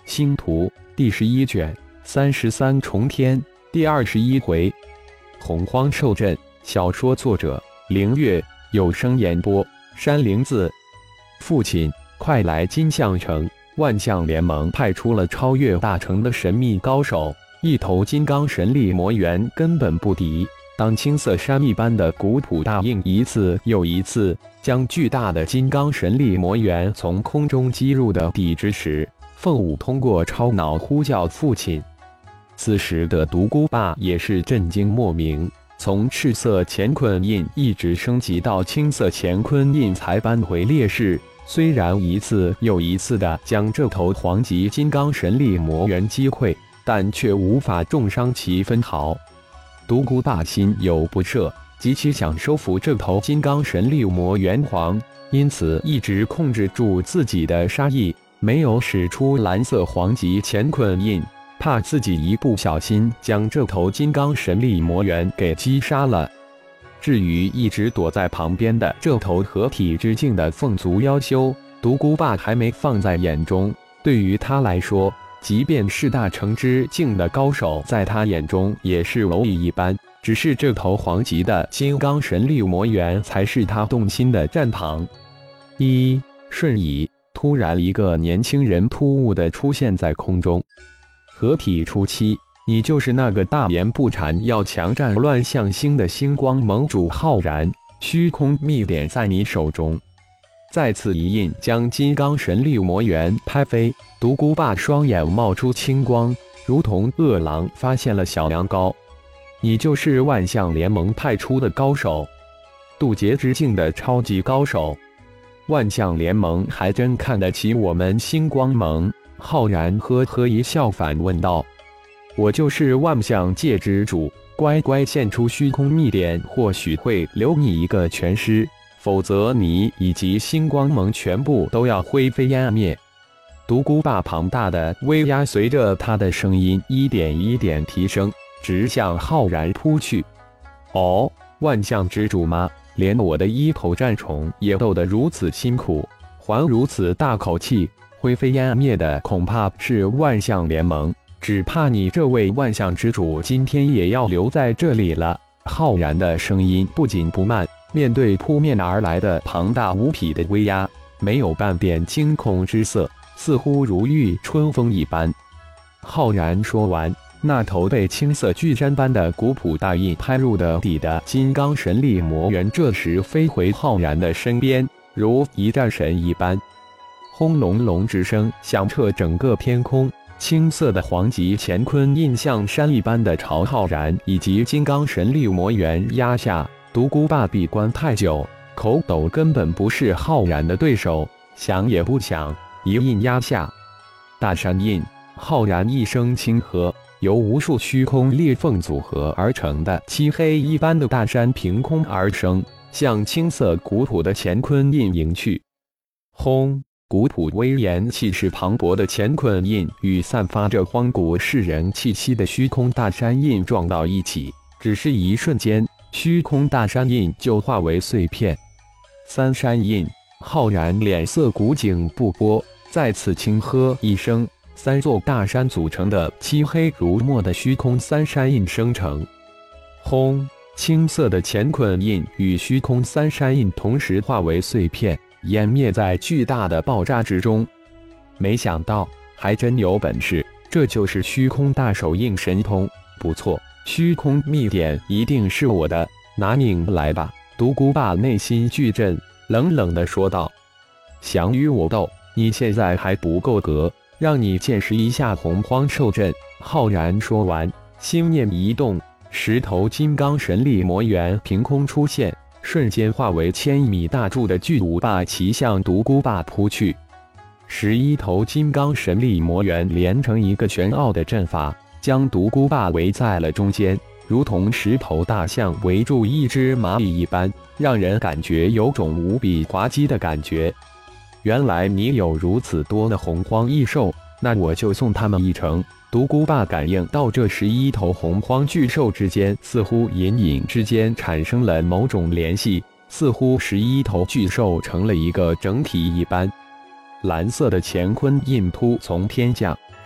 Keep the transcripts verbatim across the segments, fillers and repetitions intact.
星图第十一卷三十三重天第二十一回，洪荒受震。小说作者：凌月，有声演播：山灵子。父亲，快来金象城！万象联盟派出了超越大成的神秘高手，一头金刚神力魔猿根本不敌。当青色山一般的古朴大印一次又一次将巨大的金刚神力魔猿从空中击入的底之时，凤舞通过超脑呼叫父亲。此时的独孤霸也是震惊莫名，从赤色乾坤印一直升级到青色乾坤印才扳回劣势。虽然一次又一次的将这头黄级金刚神力魔猿击溃，但却无法重伤其分毫。独孤霸心有不舍，极其想收服这头金刚神力魔猿皇，因此一直控制住自己的杀意，没有使出蓝色黄级乾坤印，怕自己一不小心将这头金刚神力魔猿给击杀了。至于一直躲在旁边的这头合体之境的凤族妖修，独孤霸还没放在眼中。对于他来说，即便是大成之境的高手，在他眼中也是蝼蚁一般。只是这头黄级的金刚神力魔猿才是他动心的战场。一瞬移，突然一个年轻人突兀地出现在空中。合体初期，你就是那个大言不惭要强占乱象星的星光盟主浩然，虚空秘典在你手中。再次一印将金刚神力魔猿拍飞，独孤霸双眼冒出青光，如同饿狼发现了小羊羔。你就是万象联盟派出的高手，渡劫之境的超级高手。万象联盟还真看得起我们星光盟。浩然呵呵一笑，反问道：我就是万象界之主，乖乖献出虚空秘典，或许会留你一个全尸，否则你以及星光盟全部都要灰飞烟灭。独孤霸庞大的威压随着他的声音一点一点提升，直向浩然扑去。哦，万象之主吗？连我的一头战虫也斗得如此辛苦，还如此大口气，灰飞烟灭的恐怕是万象联盟，只怕你这位万象之主今天也要留在这里了。浩然的声音不紧不慢，面对扑面而来的庞大无匹的威压，没有半点惊恐之色，似乎如遇春风一般。浩然说完，那头被青色巨山般的古朴大印拍入的底的金刚神力魔猿这时飞回浩然的身边，如一战神一般。轰隆隆之声响彻整个天空，青色的黄级乾坤印像山一般的朝浩然以及金刚神力魔猿压下。独孤霸闭关太久，口斗根本不是浩然的对手，想也不想，一印压下。大山印，浩然一声轻喝，由无数虚空裂缝组合而成的漆黑一般的大山凭空而生，向青色古朴的乾坤印迎去。轰！古朴威严气势磅礴的乾坤印与散发着荒古世人气息的虚空大山印撞到一起，只是一瞬间，虚空大山印就化为碎片。三山印，浩然脸色古井不波，再次轻喝一声，三座大山组成的漆黑如墨的虚空三山印生成。轰！青色的乾坤印与虚空三山印同时化为碎片，湮灭在巨大的爆炸之中。没想到还真有本事，这就是虚空大手印神通，不错，虚空秘典一定是我的，拿命来吧！独孤霸内心巨震，冷冷地说道：想与我斗，你现在还不够格，让你见识一下洪荒受震。浩然说完，心念一动，十头金刚神力魔猿凭空出现，瞬间化为千米大柱的巨无霸骑向独孤霸扑去。十一头金刚神力魔猿连成一个玄奥的阵法，将独孤霸围在了中间，如同十头大象围住一只蚂蚁一般，让人感觉有种无比滑稽的感觉。原来你有如此多的洪荒异兽，那我就送他们一程。独孤霸感应到这十一头洪荒巨兽之间似乎隐隐之间产生了某种联系，似乎十一头巨兽成了一个整体一般。蓝色的乾坤印突从天降，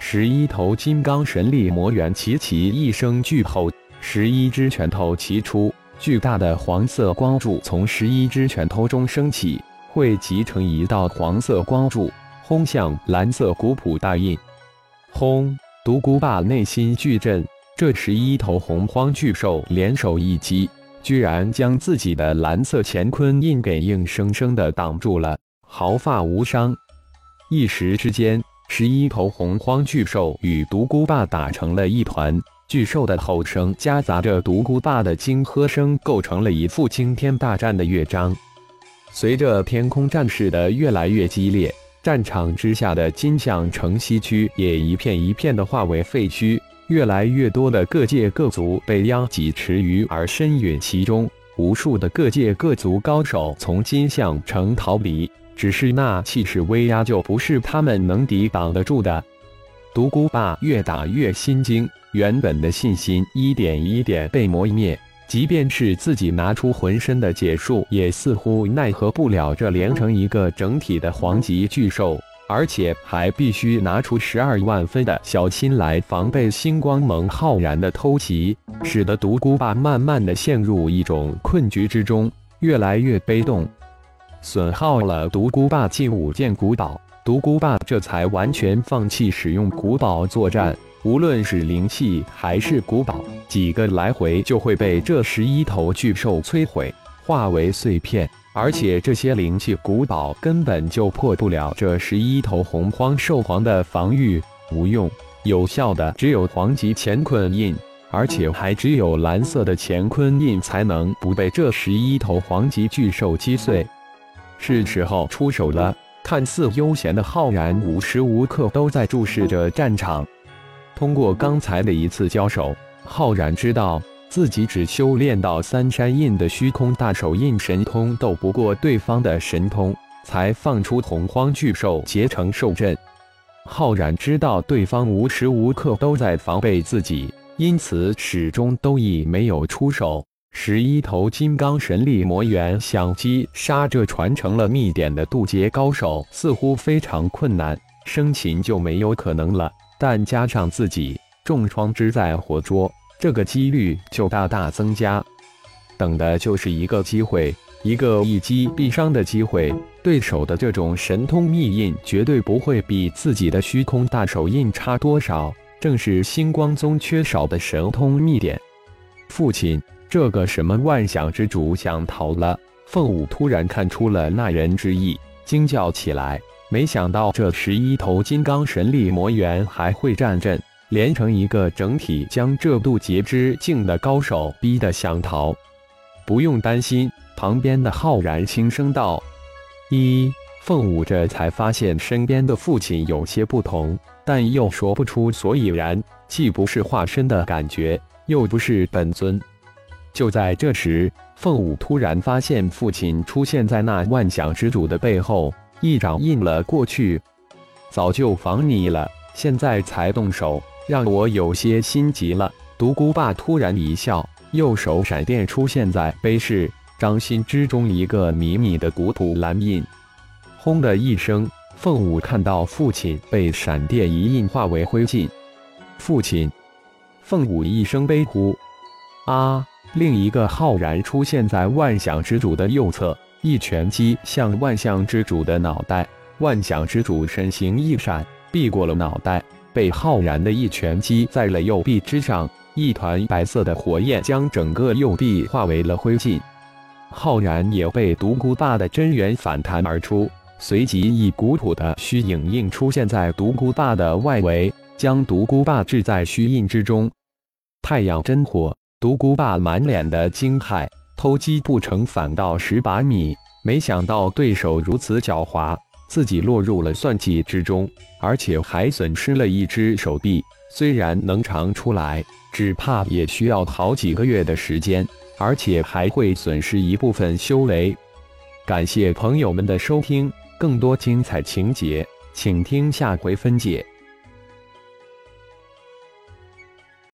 十一头金刚神力魔猿齐齐一声巨吼，十一只拳头齐出，巨大的黄色光柱从十一只拳头中升起，汇集成一道黄色光柱，轰向蓝色古朴大印。轰！独孤霸内心巨震，这十一头洪荒巨兽联手一击，居然将自己的蓝色乾坤印给硬生生的挡住了，毫发无伤。一时之间，十一头洪荒巨兽与独孤霸打成了一团，巨兽的吼声夹杂着独孤霸的惊喝声，构成了一副惊天大战的乐章。随着天空战事的越来越激烈，战场之下的金象城西区也一片一片的化为废墟，越来越多的各界各族被殃及池鱼而身陨其中，无数的各界各族高手从金象城逃离。只是那气势威压就不是他们能抵挡得住的。独孤霸越打越心惊，原本的信心一点一点被磨灭，即便是自己拿出浑身的解数，也似乎奈何不了这连成一个整体的黄级巨兽，而且还必须拿出十二万分的小心来防备星光盟浩然的偷袭，使得独孤霸慢慢的陷入一种困局之中，越来越被动。损耗了独孤霸近五件古宝，独孤霸这才完全放弃使用古宝作战。无论是灵气还是古宝，几个来回就会被这十一头巨兽摧毁，化为碎片。而且这些灵气古宝根本就破不了这十一头洪荒兽皇的防御，无用。有效的只有黄级乾坤印，而且还只有蓝色的乾坤印才能不被这十一头黄级巨兽击碎。是时候出手了。看似悠闲的浩然无时无刻都在注视着战场。通过刚才的一次交手，浩然知道自己只修炼到三山印的虚空大手印神通斗不过对方的神通，才放出洪荒巨兽结成兽阵。浩然知道对方无时无刻都在防备自己，因此始终都以没有出手。十一头金刚神力魔猿想击杀这传承了秘典的渡劫高手，似乎非常困难，生擒就没有可能了。但加上自己重创之在活捉，这个几率就大大增加。等的就是一个机会，一个一击必伤的机会。对手的这种神通秘印绝对不会比自己的虚空大手印差多少，正是星光宗缺少的神通秘典。父亲，这个什么万象之主想逃了？凤舞突然看出了那人之意，惊叫起来。没想到这十一头金刚神力魔猿还会战阵，连成一个整体，将这渡劫之境的高手逼得想逃。不用担心，旁边的浩然轻声道。一凤舞这才发现身边的父亲有些不同，但又说不出所以然，既不是化身的感觉，又不是本尊。就在这时，凤舞突然发现父亲出现在那万象之主的背后，一掌印了过去。早就防你了，现在才动手，让我有些心急了。独孤霸突然一笑，右手闪电出现在杯饰掌心之中一个迷你的古朴蓝印。轰的一声，凤舞看到父亲被闪电一印化为灰烬。父亲！凤舞一声悲呼。啊！另一个浩然出现在万象之主的右侧，一拳击向万象之主的脑袋。万象之主身形一闪，避过了脑袋，被浩然的一拳击在了右臂之上，一团白色的火焰将整个右臂化为了灰烬。浩然也被独孤霸的真元反弹而出，随即一古朴的虚影印出现在独孤霸的外围，将独孤霸置在虚印之中。太阳真火！独孤霸满脸的惊骇，偷鸡不成反倒蚀把米，没想到对手如此狡猾，自己落入了算计之中，而且还损失了一只手臂。虽然能长出来，只怕也需要好几个月的时间，而且还会损失一部分修为。感谢朋友们的收听，更多精彩情节，请听下回分解。